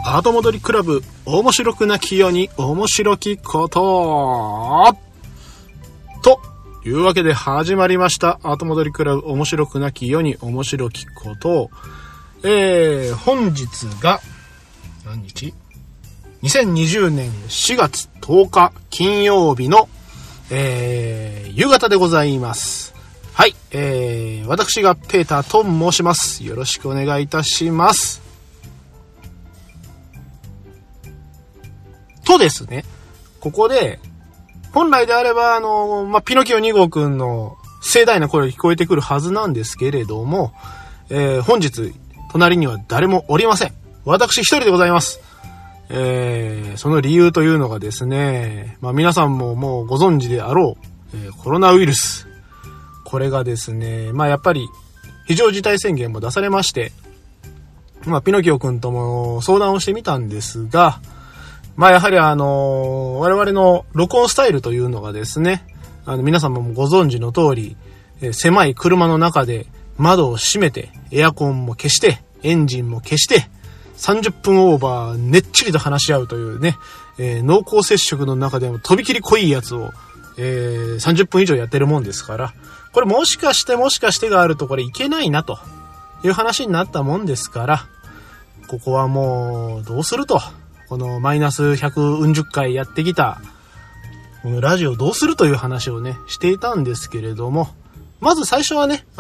後戻りクラブ、面白くなきように面白きことというわけで始まりました後戻りクラブ、面白くなきように面白きこと。本日が何日？2020年4月10日金曜日の、夕方でございます。はい、私がペーターと申します。よろしくお願いいたします。とですね、ここで本来であればピノキオ2号くんの盛大な声が聞こえてくるはずなんですけれども、本日隣には誰もおりません。私一人でございます。その理由というのがですね、皆さんももうご存知であろう、コロナウイルス。これがですね、やっぱり非常事態宣言も出されまして、ピノキオくんとも相談をしてみたんですが、やはり我々の録音スタイルというのがですね、皆様もご存知の通り、狭い車の中で窓を閉めて、エアコンも消して、エンジンも消して、30分オーバーねっちりと話し合うというね、濃厚接触の中でもとびきり濃いやつを、30分以上やってるもんですから、これもしかしてがあるとこれいけないなという話になったもんですから、ここはもうどうすると。このマイナス100うん十回やってきたこのラジオどうするという話をねしていたんですけれども、まず最初はね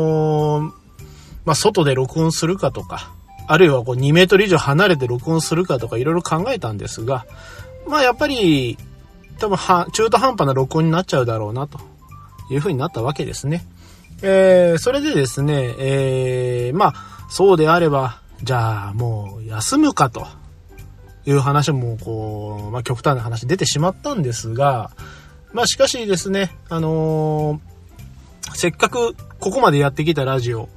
外で録音するかとか、あるいはこう2メートル以上離れて録音するかとかいろいろ考えたんですが、やっぱり多分中途半端な録音になっちゃうだろうなという風になったわけですね。それでですね、そうであればじゃあもう休むかという話もこう、極端な話出てしまったんですが、しかしですね、せっかくここまでやってきたラジオ、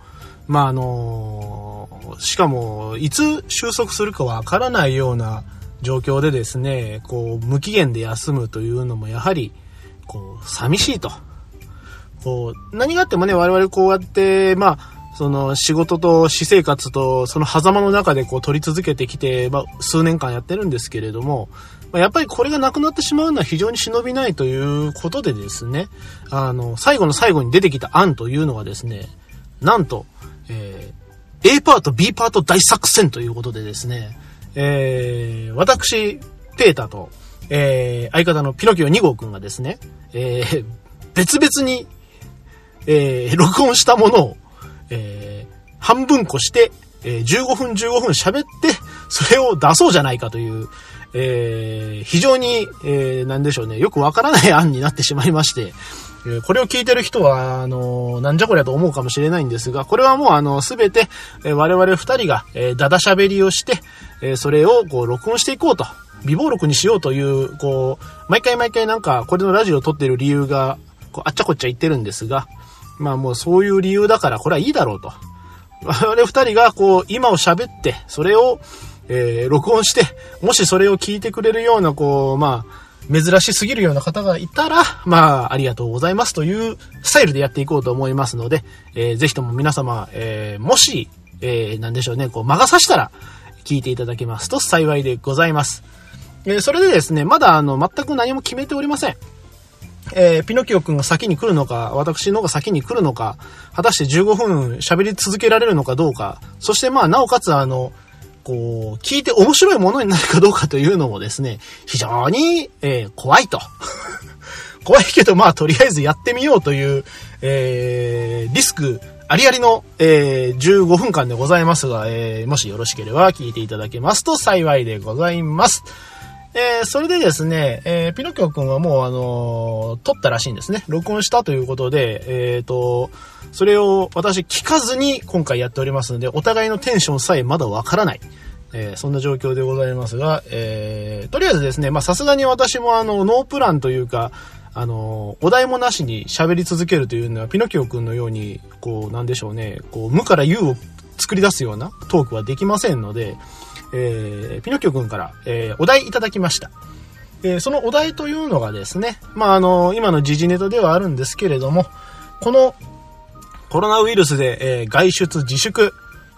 しかもいつ収束するかわからないような状況でですね、こう無期限で休むというのもやはりこう寂しいと。こう何があってもね、我々こうやってその仕事と私生活とその狭間の中でこう取り続けてきて、数年間やってるんですけれども、やっぱりこれがなくなってしまうのは非常に忍びないということでですね、最後の最後に出てきた案というのがですね、なんと、A パート B パート大作戦ということでですね、私ペーターと、相方のピノキオ2号くんがですね、別々に、録音したものを半分こして、15分喋ってそれを出そうじゃないかという、非常に、なんでしょうね、よくわからない案になってしまいまして、これを聞いてる人はなんじゃこりゃと思うかもしれないんですが、これはもうすべて、我々二人が、だだ喋りをして、それをこう録音していこうと、微暴録にしようというこう毎回なんかこれのラジオを撮ってる理由がこうあっちゃこっちゃ言ってるんですが、もうそういう理由だからこれはいいだろうと。我々二人がこう今を喋ってそれを、録音して、もしそれを聞いてくれるようなこう珍しすぎるような方がいたらありがとうございますというスタイルでやっていこうと思いますので、ぜひとも皆様、もし、なんでしょうね、こう魔が差したら聞いていただけますと幸いでございます。それでですね、まだ全く何も決めておりません。ピノキオくんが先に来るのか、私の方が先に来るのか、果たして15分喋り続けられるのかどうか、そしてなおかつこう、聞いて面白いものになるかどうかというのもですね、非常に、怖いと。怖いけどとりあえずやってみようという、リスクありありの、15分間でございますが、もしよろしければ聞いていただけますと幸いでございます。それでですね、ピノキオくんはもう撮ったらしいんですね。録音したということで、それを私聞かずに今回やっておりますので、お互いのテンションさえまだわからない。そんな状況でございますが、とりあえずですね、さすがに私もノープランというか、お題もなしに喋り続けるというのは、ピノキオくんのように、こう、なんでしょうね、こう、無から有を作り出すようなトークはできませんので、ピノキオくんから、お題いただきました。そのお題というのがですね、今の時事ネタではあるんですけれども、このコロナウイルスで、外出自粛、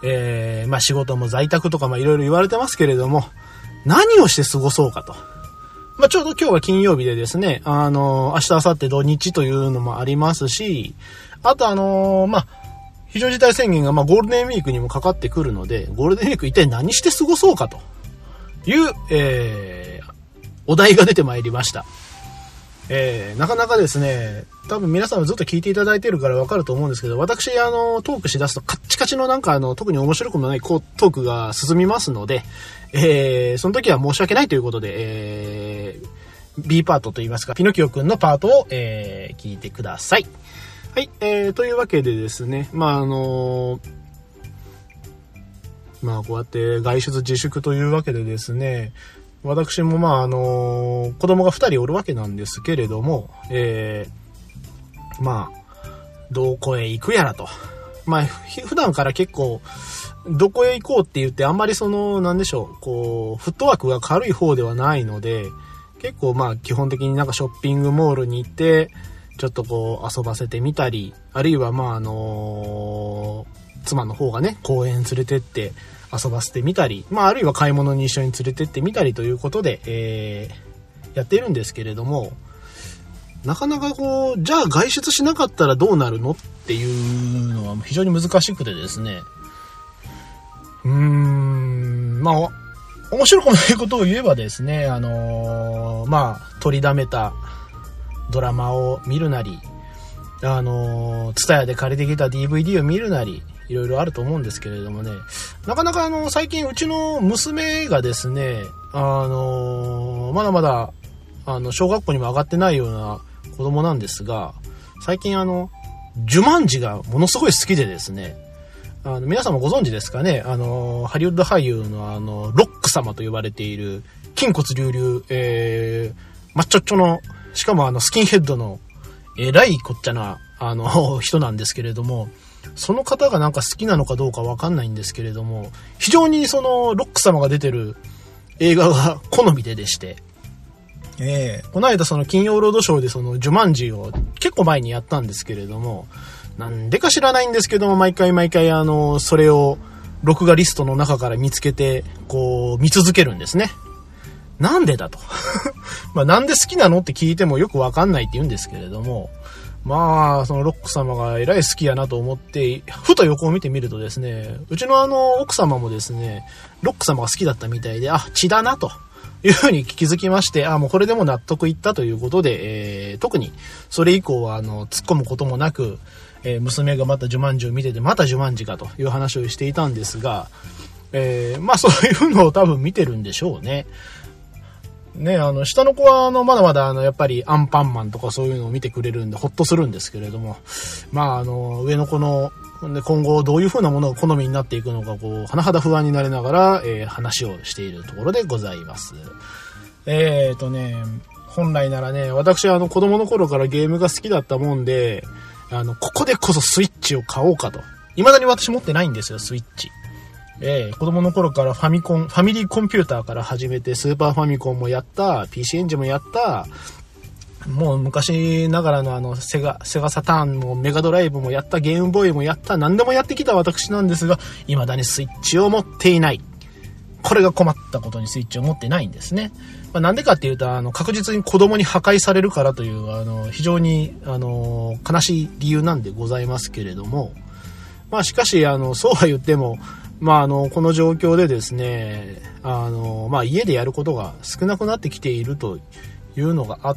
まあ仕事も在宅とかいろいろ言われてますけれども、何をして過ごそうかと。まあちょうど今日は金曜日でですね、明日明後日土日というのもありますし、あとまあ非常事態宣言がゴールデンウィークにもかかってくるので、ゴールデンウィーク一体何して過ごそうかという、お題が出てまいりました。なかなかですね、多分皆さんもずっと聞いていただいているからわかると思うんですけど、私トークしだすとカッチカチの特に面白くもないトークが進みますので、その時は申し訳ないということで、B パートといいますか、ピノキオくんのパートを、聞いてください。はい、というわけでですね、まあこうやって外出自粛というわけでですね、私も子供が2人おるわけなんですけれども、どこへ行くやらと。普段から結構、どこへ行こうって言ってあんまりなんでしょう、フットワークが軽い方ではないので、結構基本的にショッピングモールに行って、ちょっと遊ばせてみたり、あるいは妻の方がね、公園連れてって遊ばせてみたり、あるいは買い物に一緒に連れてってみたりということで、やっているんですけれども、なかなかじゃあ外出しなかったらどうなるのっていうのは非常に難しくてですね、面白くないことを言えばですね、取りだめたドラマを見るなり、TSUTAYAで借りてきた DVD を見るなり、いろいろあると思うんですけれどもね、なかなか最近うちの娘がですね、まだまだ小学校にも上がってないような子供なんですが、最近ジュマンジがものすごい好きでですね、皆さんもご存知ですかね、ハリウッド俳優のロック様と呼ばれている筋骨隆々、マッチョッチョの、しかもスキンヘッドのえらいこっちゃな人なんですけれども、その方が好きなのかどうかわかんないんですけれども、非常にロック様が出てる映画が好みでして、この間金曜ロードショーでジュマンジを結構前にやったんですけれども、なんでか知らないんですけども、毎回それを録画リストの中から見つけて見続けるんですね。なんでだとなんで好きなのって聞いてもよくわかんないって言うんですけれども、そのロック様がえらい好きやなと思って、ふと横を見てみるとですね、うちの奥様もですね、ロック様が好きだったみたいで、血だなというふうに気づきまして、もうこれでも納得いったということで、特にそれ以降は突っ込むこともなく、娘がまたジュマンジを見てて、またジュマンジかという話をしていたんですが、そういうのを多分見てるんでしょうね。ね、下の子はまだまだやっぱりアンパンマンとかそういうのを見てくれるんでほっとするんですけれども、上の子の今後どういう風なものが好みになっていくのか甚だ不安になりながら、話をしているところでございます。本来ならね、私は子供の頃からゲームが好きだったもんで、ここでこそスイッチを買おうかと。未だに私持ってないんですよ、スイッチ。子供の頃からファミリーコンピューターから始めて、スーパーファミコンもやった、PC エンジンもやった、もう昔ながらのセガサターンもメガドライブもやった、ゲームボーイもやった、何でもやってきた私なんですが、未だにスイッチを持っていない。これが困ったことにスイッチを持ってないんですね。なんでかっていうと、確実に子供に破壊されるからという、非常に、悲しい理由なんでございますけれども、しかし、そうは言っても、この状況でですね、家でやることが少なくなってきているというのがあって、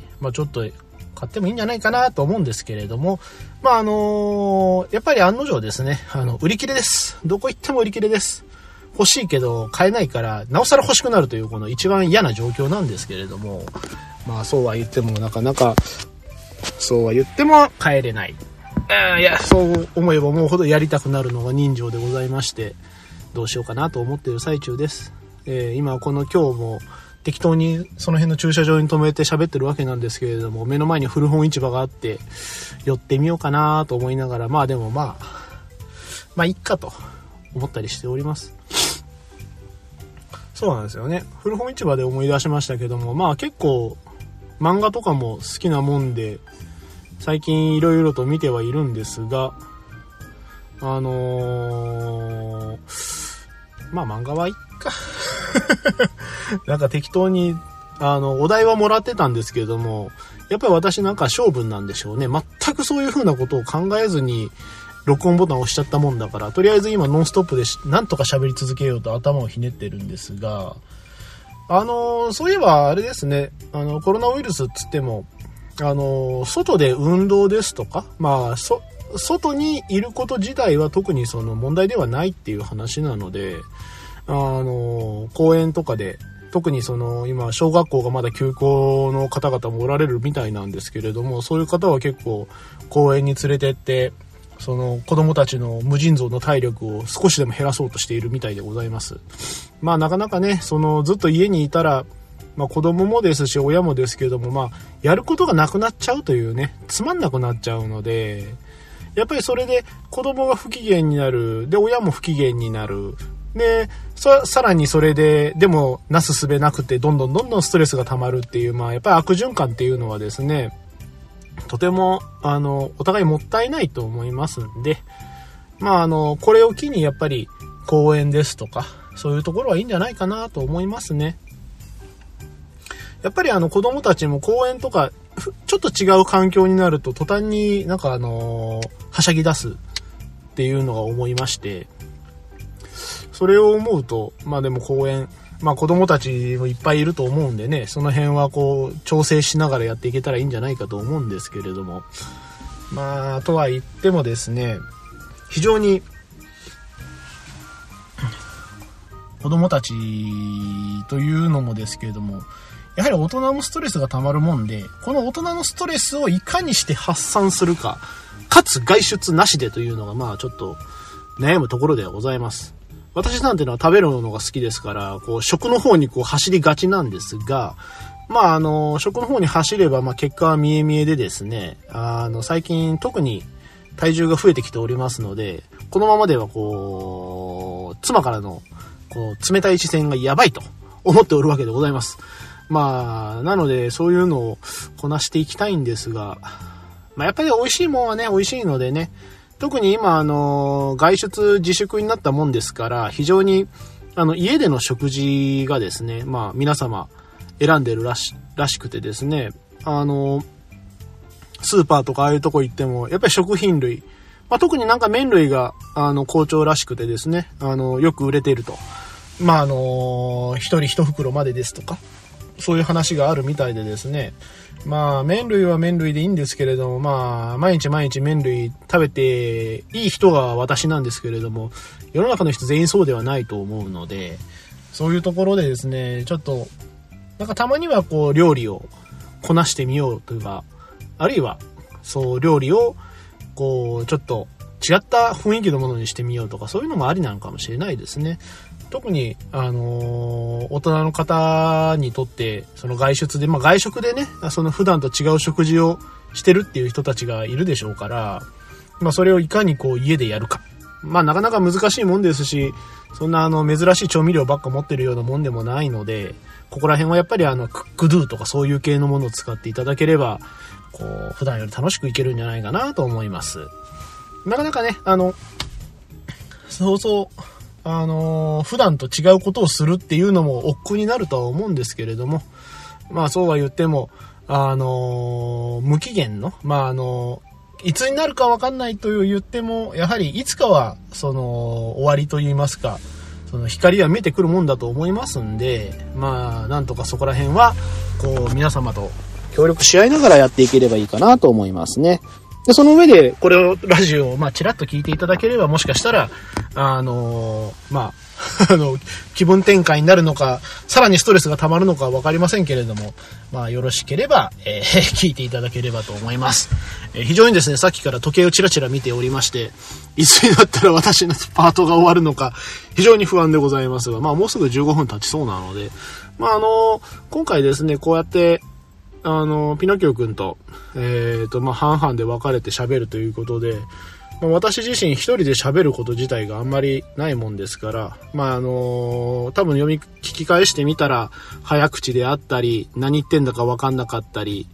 ちょっと買ってもいいんじゃないかなと思うんですけれども、やっぱり案の定ですね、売り切れです。どこ行っても売り切れです。欲しいけど買えないから、なおさら欲しくなるというこの一番嫌な状況なんですけれども、そうは言ってもなかなか、そうは言っても買えれない。いや、そう思えばもうほどやりたくなるのが人情でございまして、どうしようかなと思っている最中です。今今日も適当にその辺の駐車場に止めて喋ってるわけなんですけれども、目の前に古本市場があって寄ってみようかなと思いながら、でもいっかと思ったりしております。そうなんですよね。古本市場で思い出しましたけども、結構漫画とかも好きなもんで最近いろいろと見てはいるんですが、 まあ漫画はいっか。なんか適当に、お題はもらってたんですけれども、やっぱり私なんか性分なんでしょうね。全くそういう風なことを考えずに、録音ボタンを押しちゃったもんだから、とりあえず今ノンストップでなんとか喋り続けようと頭をひねってるんですが、そういえばあれですね、コロナウイルスっつっても、外で運動ですとか、まあ、外にいること自体は特にその問題ではないっていう話なので、公園とかで、特にその今小学校がまだ休校の方々もおられるみたいなんですけれども、そういう方は結構公園に連れてって、その子供たちの無尽蔵の体力を少しでも減らそうとしているみたいでございます。まあなかなかね、ずっと家にいたら、まあ子供もですし親もですけれども、まあやることがなくなっちゃうというね、つまんなくなっちゃうので、やっぱりそれで子供が不機嫌になる、で親も不機嫌になる、でさらにそれででもなすすべなくてどんどんストレスが溜まるっていう、まあやっぱり悪循環っていうのはですね、とてもお互いもったいないと思いますんで、まあこれを機にやっぱり公園ですとかそういうところはいいんじゃないかなと思いますね。やっぱり子供たちも公園とかちょっと違う環境になると途端になんかはしゃぎ出すっていうのが思いまして、それを思うと、まあでも公園、まあ子供たちもいっぱいいると思うんでね、その辺はこう調整しながらやっていけたらいいんじゃないかと思うんですけれども、まあとは言ってもですね、非常に子供たちというのもですけれども、やはり大人もストレスが溜まるもんで、この大人のストレスをいかにして発散するか、かつ外出なしでというのがまあちょっと悩むところではございます。私なんてのは食べるのが好きですから、こう食の方にこう走りがちなんですが、まあ食の方に走ればまあ結果は見え見えでですね、最近特に体重が増えてきておりますので、このままではこう妻からのこう冷たい視線がやばいと思っておるわけでございます。まあなのでそういうのをこなしていきたいんですが、まあやっぱり美味しいもんはね美味しいのでね。特に今外出自粛になったもんですから、非常に家での食事がですね、まあ皆様選んでるらしくてですね、スーパーとかああいうとこ行ってもやっぱり食品類、まあ特になんか麺類が好調らしくてですね、よく売れていると、まあ一人一袋までですとか、そういう話があるみたいでですね、まあ麺類は麺類でいいんですけれども、まあ毎日麺類食べていい人が私なんですけれども、世の中の人全員そうではないと思うので、そういうところでですね、ちょっとなんかたまにはこう料理をこなしてみようというか、あるいはそう料理をこうちょっと違った雰囲気のものにしてみようとか、そういうのもありなのかもしれないですね。特に大人の方にとってその外出で、まあ外食でね、その普段と違う食事をしてるっていう人たちがいるでしょうから、まあそれをいかにこう家でやるか、まあなかなか難しいもんですし、そんな珍しい調味料ばっか持ってるようなもんでもないので、ここら辺はやっぱりクックドゥとかそういう系のものを使っていただければ、こう普段より楽しくいけるんじゃないかなと思います。なかなかね、普段と違うことをするっていうのも億劫になるとは思うんですけれども、まあそうは言っても、無期限の、まあいつになるかわかんないと言っても、やはりいつかは、終わりと言いますか、光は見えてくるもんだと思いますんで、まあなんとかそこら辺は、こう皆様と協力し合いながらやっていければいいかなと思いますね。で、その上で、これを、ラジオを、まあ、ちらっと聞いていただければ、もしかしたら、まあ、気分転換になるのか、さらにストレスが溜まるのかわかりませんけれども、まあ、よろしければ、聞いていただければと思います。非常にですね、さっきから時計をチラチラ見ておりまして、いつになったら私のパートが終わるのか、非常に不安でございますが、まあ、もうすぐ15分経ちそうなので、まあ、今回ですね、こうやって、ピノキオくんと、まあ、半々で分かれて喋るということで、まあ、私自身一人で喋ること自体があんまりないもんですから、まあ、多分聞き返してみたら、早口であったり、何言ってんだか分かんなかったり、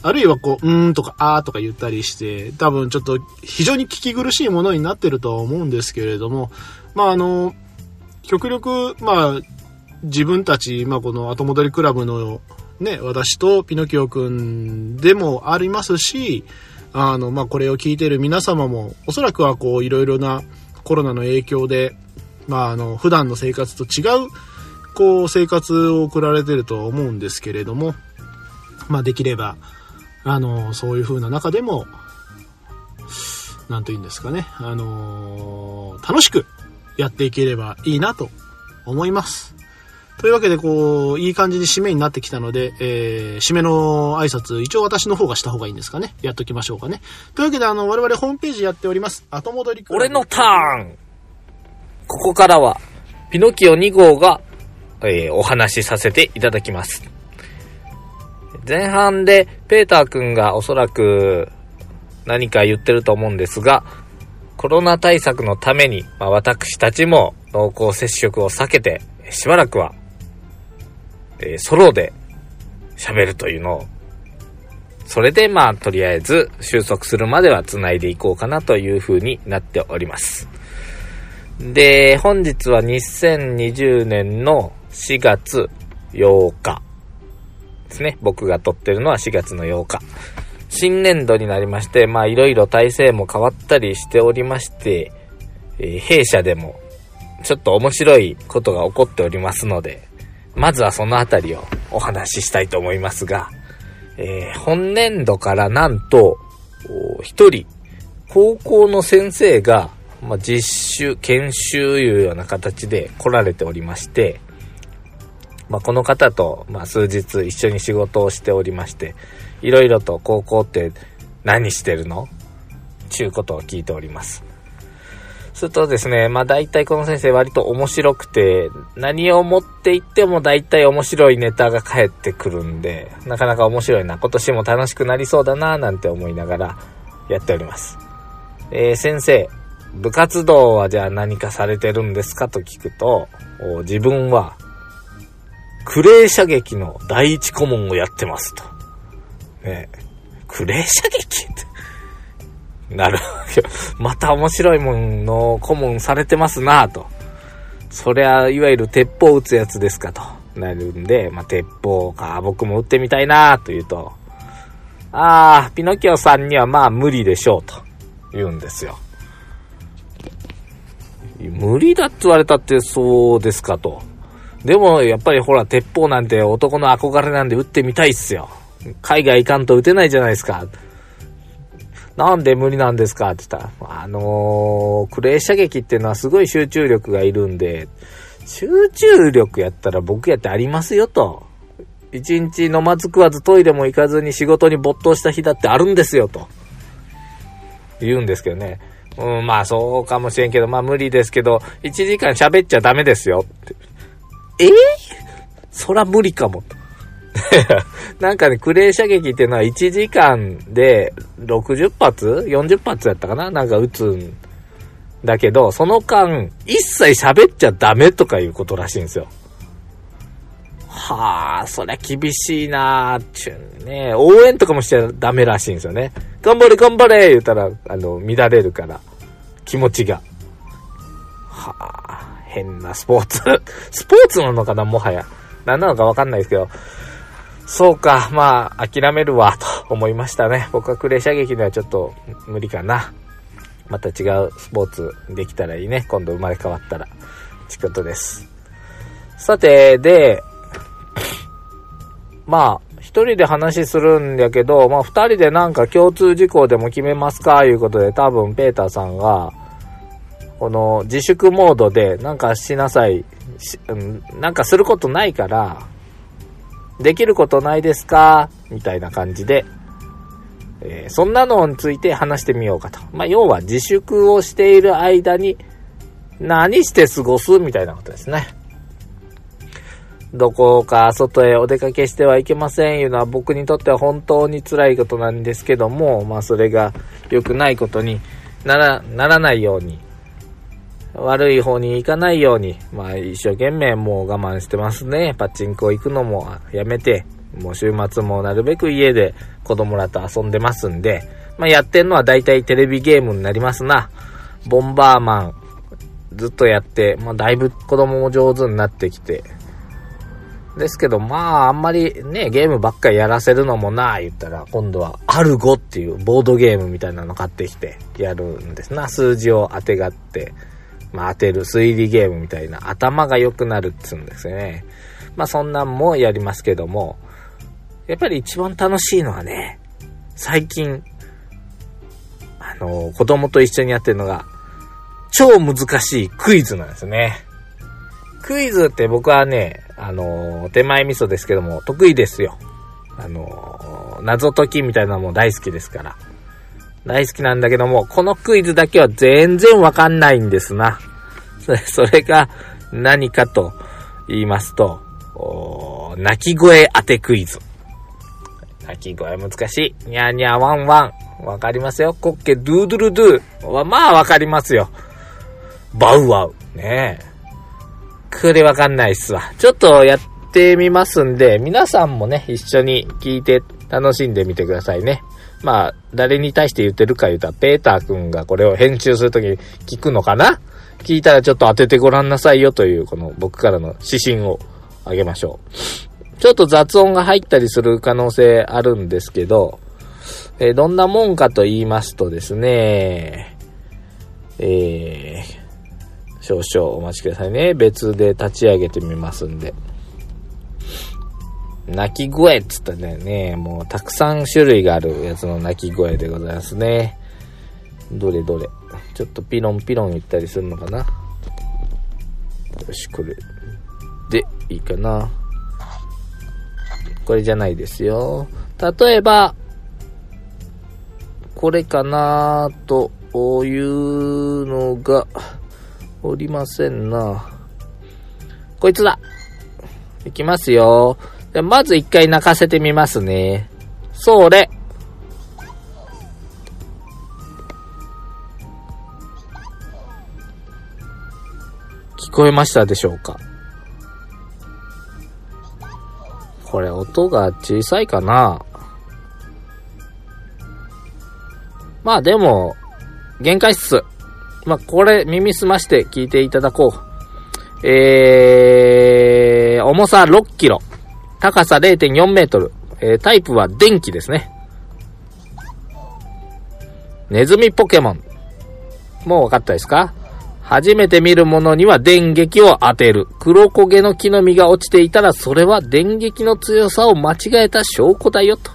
あるいはこう、とかあーとか言ったりして、多分ちょっと非常に聞き苦しいものになってるとは思うんですけれども、極力、自分たち、この後戻りクラブのね、私とピノキオくんでもありますし、これを聞いている皆様も、おそらくはこう、いろいろなコロナの影響で、普段の生活と違う、こう、生活を送られていると思うんですけれども、できれば、そういう風な中でも、なんというんですかね、楽しくやっていければいいなと思います。というわけで、こう、いい感じに締めになってきたので、締めの挨拶、一応私の方がした方がいいんですかね。やっときましょうかね。というわけで、我々ホームページやっております。後戻りクラブ。 俺のターン。ここからは、ピノキオ2号が、お話しさせていただきます。前半でペーターくんがおそらく何か言ってると思うんですが、コロナ対策のために、私たちも濃厚接触を避けてしばらくは、ソロで喋るというのを、それでとりあえず収束するまでは繋いでいこうかなという風になっております。で、本日は2020年の4月8日ですね。僕が撮ってるのは4月の8日。新年度になりまして、いろいろ体制も変わったりしておりまして、弊社でもちょっと面白いことが起こっておりますので、まずはそのあたりをお話ししたいと思いますが、本年度からなんと、一人、高校の先生が、実習、研修いうような形で来られておりまして、この方と、数日一緒に仕事をしておりまして、いろいろと高校って何してるの？ちゅうことを聞いております。するとですね、大体この先生割と面白くて、何を持っていっても大体面白いネタが返ってくるんで、なかなか面白いな、今年も楽しくなりそうだな、なんて思いながらやっております。先生、部活動はじゃあ何かされてるんですかと聞くと、自分はクレー射撃の第一顧問をやってますと。クレー射撃ってなる。また面白いもんの顧問されてますなぁと。そりゃ、いわゆる鉄砲撃つやつですかとなるんで、鉄砲か、僕も撃ってみたいなぁと言うと、ピノキオさんには無理でしょうと言うんですよ。無理だって言われたってそうですかと。でもやっぱりほら、鉄砲なんて男の憧れなんで撃ってみたいっすよ。海外行かんと撃てないじゃないですか。なんで無理なんですかって言ったら、クレー射撃っていうのはすごい集中力がいるんで、集中力やったら僕やってありますよと。一日飲まず食わずトイレも行かずに仕事に没頭した日だってあるんですよと。言うんですけどね。そうかもしれんけど、無理ですけど、1時間喋っちゃダメですよって。そら無理かもと。なんかね、クレー射撃っていうのは1時間で60発 ?40 発やったかななんか撃つんだけど、その間、一切喋っちゃダメとかいうことらしいんですよ。そりゃ厳しいなーってね。応援とかもしちゃダメらしいんですよね。頑張れ頑張れ言ったら、乱れるから、気持ちが。変なスポーツ。スポーツなのかなもはや。何なのかわかんないですけど。そうか、諦めるわ、と思いましたね。僕はクレー射撃ではちょっと無理かな。また違うスポーツできたらいいね。今度生まれ変わったら。ちことです。さて、で、一人で話するんだけど、二人でなんか共通事項でも決めますかいうことで、多分ペーターさんが、この自粛モードでなんかしなさい、なんかすることないから、できることないですかみたいな感じで、そんなのについて話してみようかと。要は自粛をしている間に何して過ごすみたいなことですね。どこか外へお出かけしてはいけませんいうのは僕にとっては本当に辛いことなんですけども、それが良くないことにならないように、悪い方に行かないように、一生懸命もう我慢してますね。パチンコ行くのもやめて、 もう週末もなるべく家で子供らと遊んでますんで、やってんのは大体テレビゲームになりますな。ボンバーマンずっとやって、だいぶ子供も上手になってきて。ですけど、あんまりね、ゲームばっかりやらせるのもな、言ったら、今度はアルゴっていうボードゲームみたいなの買ってきてやるんですな。数字を当てがって、当てる推理ゲームみたいな、頭が良くなるって言うんですよね。そんなんもやりますけども、やっぱり一番楽しいのはね、最近、子供と一緒にやってるのが、超難しいクイズなんですね。クイズって僕はね、手前味噌ですけども、得意ですよ。謎解きみたいなのも大好きですから。大好きなんだけども、このクイズだけは全然わかんないんですな。それが何かと言いますと、鳴き声当てクイズ。鳴き声難しい。ニャーニャーワンワン。わかりますよ。コッケドゥードゥルドゥはわかりますよ。バウワウ。ねえ。これわかんないっすわ。ちょっとやってみますんで、皆さんもね、一緒に聞いて楽しんでみてくださいね。誰に対して言ってるか言うたら、ペーターくんがこれを編集するときに聞くのかな？聞いたらちょっと当ててごらんなさいよという、この僕からの指針をあげましょう。ちょっと雑音が入ったりする可能性あるんですけど、どんなもんかと言いますとですね、少々お待ちくださいね。別で立ち上げてみますんで。鳴き声っつったらね、もうたくさん種類があるやつの鳴き声でございますね。どれどれ。ちょっとピロンピロン言ったりするのかな。よし、これでいいかな。これじゃないですよ。例えば、これかなというのがおりませんな。こいつだ。いきますよ。でまず一回泣かせてみますね。それ。聞こえましたでしょうか？これ音が小さいかな？でも、限界っす。これ耳すまして聞いていただこう。重さ6キロ。高さ 0.4 メートル。タイプは電気ですね。ネズミポケモン。もう分かったですか？初めて見るものには電撃を当てる。黒焦げの木の実が落ちていたらそれは電撃の強さを間違えた証拠だよと。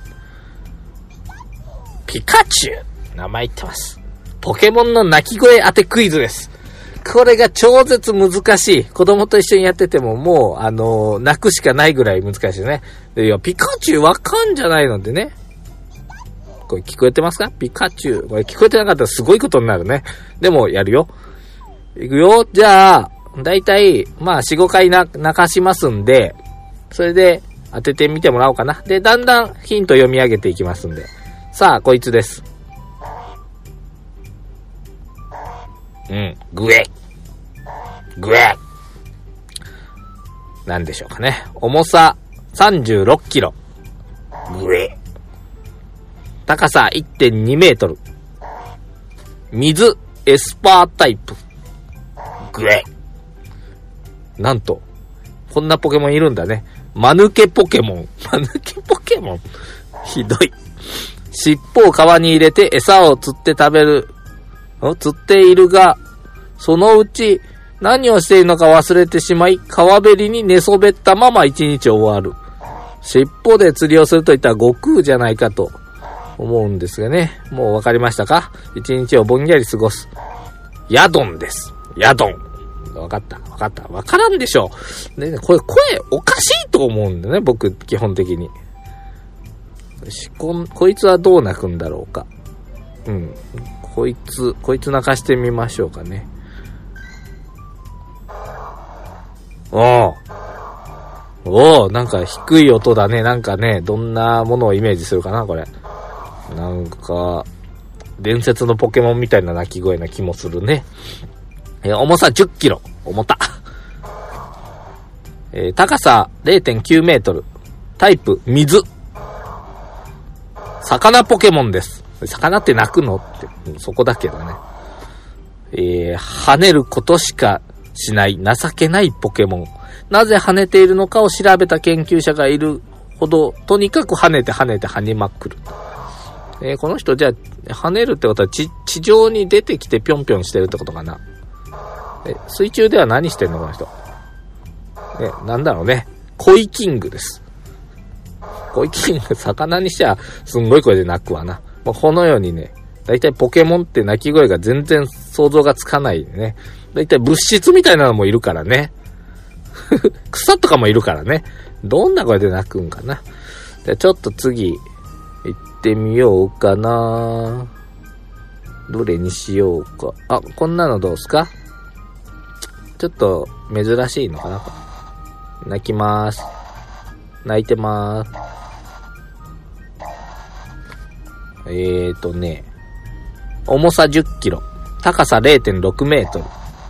ピカチュウ。名前言ってます。ポケモンの鳴き声当てクイズです。これが超絶難しい。子供と一緒にやっててももう泣くしかないぐらい難しいね。で、ピカチュウわかんじゃないのでね。これ聞こえてますか？ピカチュウ。これ聞こえてなかったらすごいことになるね。でもやるよ。いくよ。じゃあ、だいたい4、5回泣かしますんで、それで当ててみてもらおうかな。で、だんだんヒント読み上げていきますんで。さあ、こいつです。グエなんでしょうかね。重さ36キロ。グエ高さ 1.2 メートル。水エスパータイプ。グエなんと、こんなポケモンいるんだね。マヌケポケモン。ひどい。尻尾を川に入れて餌を釣って食べる。釣っているが、そのうち何をしているのか忘れてしまい、川べりに寝そべったまま一日終わる。尻尾で釣りをするといったら悟空じゃないかと思うんですがね。もうわかりましたか？一日をぼんやり過ごす。ヤドンです。ヤドン。わかった。わからんでしょ。ね、これ声おかしいと思うんだね、僕、基本的に。こいつはどう鳴くんだろうか。こいつ泣かしてみましょうかね。おー、なんか低い音だね。なんかね、どんなものをイメージするかな、これ。なんか、伝説のポケモンみたいな鳴き声な気もするね。重さ10キロ。重た。高さ 0.9 メートル。 タイプ、水。魚ポケモンです。魚って鳴くのって、そこだけどね。跳ねることしかしない情けないポケモン。なぜ跳ねているのかを調べた研究者がいるほど、とにかく跳ねて跳ねまくる。この人じゃあ、跳ねるってことは地上に出てきてぴょんぴょんしてるってことかな。水中では何してんのこの人。なんだろうね。コイキングです。コイキング、魚にしちゃすんごい声で鳴くわな。もうこのようにね、だいたいポケモンって鳴き声が全然想像がつかないね。だいたい物質みたいなのもいるからね。草とかもいるからね。どんな声で鳴くんかな。じゃあちょっと次、行ってみようかな。どれにしようか。あ、こんなのどうすか？ちょっと珍しいのかな。泣きまーす。泣いてまーす。重さ10キロ。高さ 0.6 メートル。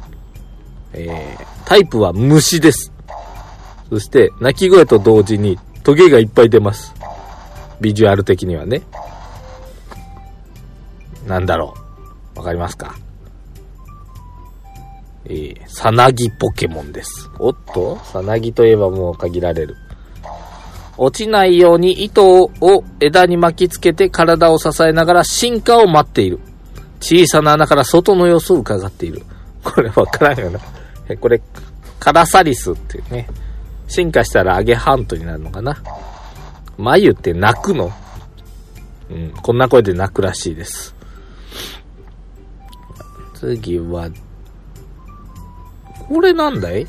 タイプは虫です。そして、鳴き声と同時にトゲがいっぱい出ます。ビジュアル的にはね。なんだろう。わかりますか？さなぎポケモンです。おっと、さなぎといえばもう限られる。落ちないように糸を枝に巻きつけて体を支えながら進化を待っている。小さな穴から外の様子を伺っている。これわからんよな。これ、カラサリスっていうね。進化したらアゲハントになるのかな。眉って鳴くの？こんな声で鳴くらしいです。次は、これなんだい？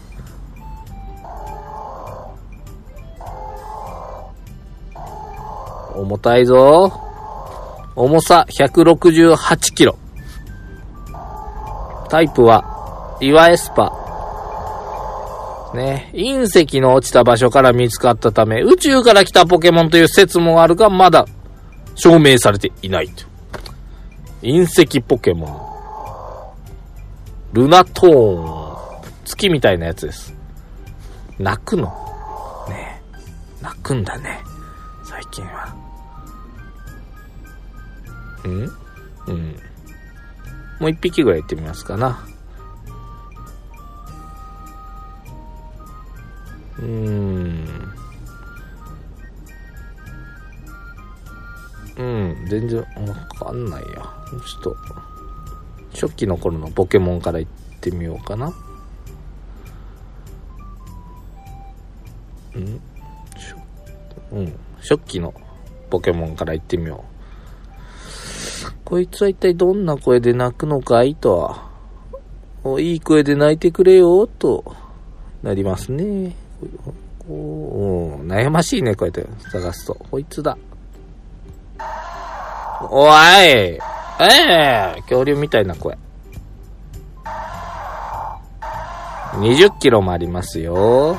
重たいぞ。重さ168キロ。タイプは岩エスパ。ね、隕石の落ちた場所から見つかったため、宇宙から来たポケモンという説もあるが、まだ証明されていないと。隕石ポケモン。ルナトーン。月みたいなやつです。鳴くの？ねえ。鳴くんだね。最近は。もう一匹ぐらい行ってみますかな。全然わかんないや。ちょっと、初期の頃のポケモンから行ってみようかな。初期のポケモンから行ってみよう。こいつは一体どんな声で鳴くのかいとは、いい声で鳴いてくれよとなりますね。悩ましいね、こうやって探すと。こいつだ。おい、恐竜みたいな声。20キロもありますよ。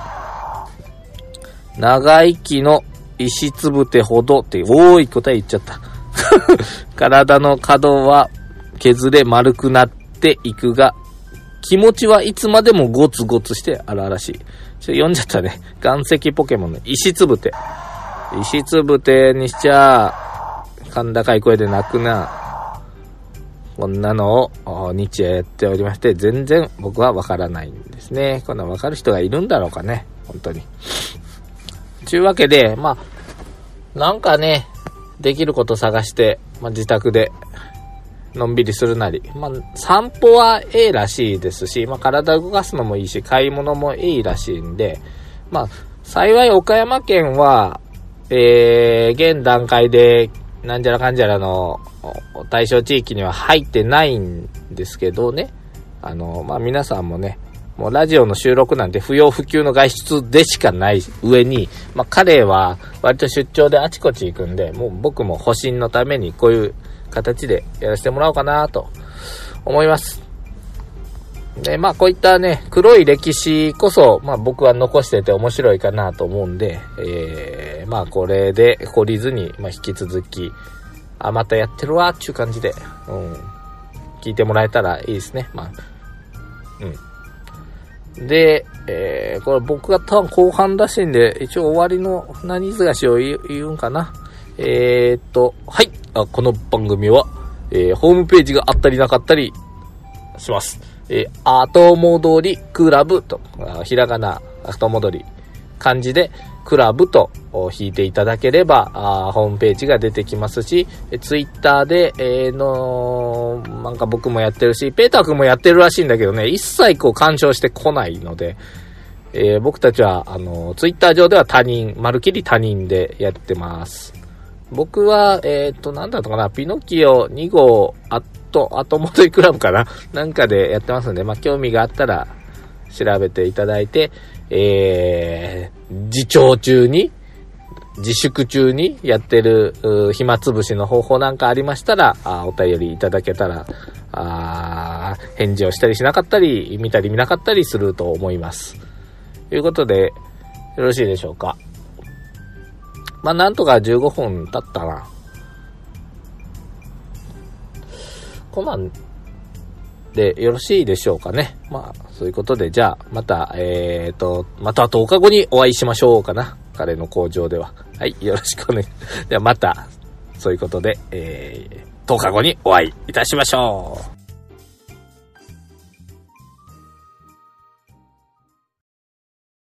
長生きの石つぶてほどって多い答え言っちゃった。体の角は削れ丸くなっていくが、気持ちはいつまでもゴツゴツして荒々しい。読んじゃったね。岩石ポケモンの石つぶて。石つぶてにしちゃ、甲高い声で鳴くな。こんなのを日夜やっておりまして、全然僕はわからないんですね。こんなわかる人がいるんだろうかね。本当に。というわけで、なんかね、できること探して、自宅でのんびりするなり、散歩はええらしいですし、体動かすのもいいし、買い物もいいらしいんで、幸い岡山県は、現段階でなんじゃらかんじゃらの対象地域には入ってないんですけどね、皆さんもね、もうラジオの収録なんて不要不急の外出でしかない上に、彼は割と出張であちこち行くんで、もう僕も保身のためにこういう形でやらせてもらおうかなと思います。で、こういったね、黒い歴史こそ、僕は残してて面白いかなと思うんで、これで懲りずに、引き続き、またやってるわっていう感じで、聞いてもらえたらいいですね。 で、これ僕が多分後半らしいんで、一応終わりの何ずがしを言うんかな。はい。この番組は、ホームページがあったりなかったりします。後戻りクラブと、ひらがな、後戻り、漢字でクラブと引いていただければ、ホームページが出てきますし、ツイッターで、なんか僕もやってるし、ペーター君もやってるらしいんだけどね、一切干渉してこないので、僕たちは、ツイッター上ではまるっきり他人でやってます。僕は、なんだったかな、ピノキオ2号、後戻りクラブかななんかでやってますんで、興味があったら調べていただいて、自粛中にやってる暇つぶしの方法なんかありましたら、お便りいただけたら、返事をしたりしなかったり、見たり見なかったりすると思います。ということで、よろしいでしょうか。なんとか15分経ったな。こんなんでよろしいでしょうかね。そういうことで、じゃあ、また10日後にお会いしましょうかな。彼の工場では。はい、よろしくお願い。ではまた、そういうことで、10日後にお会いいたしましょう。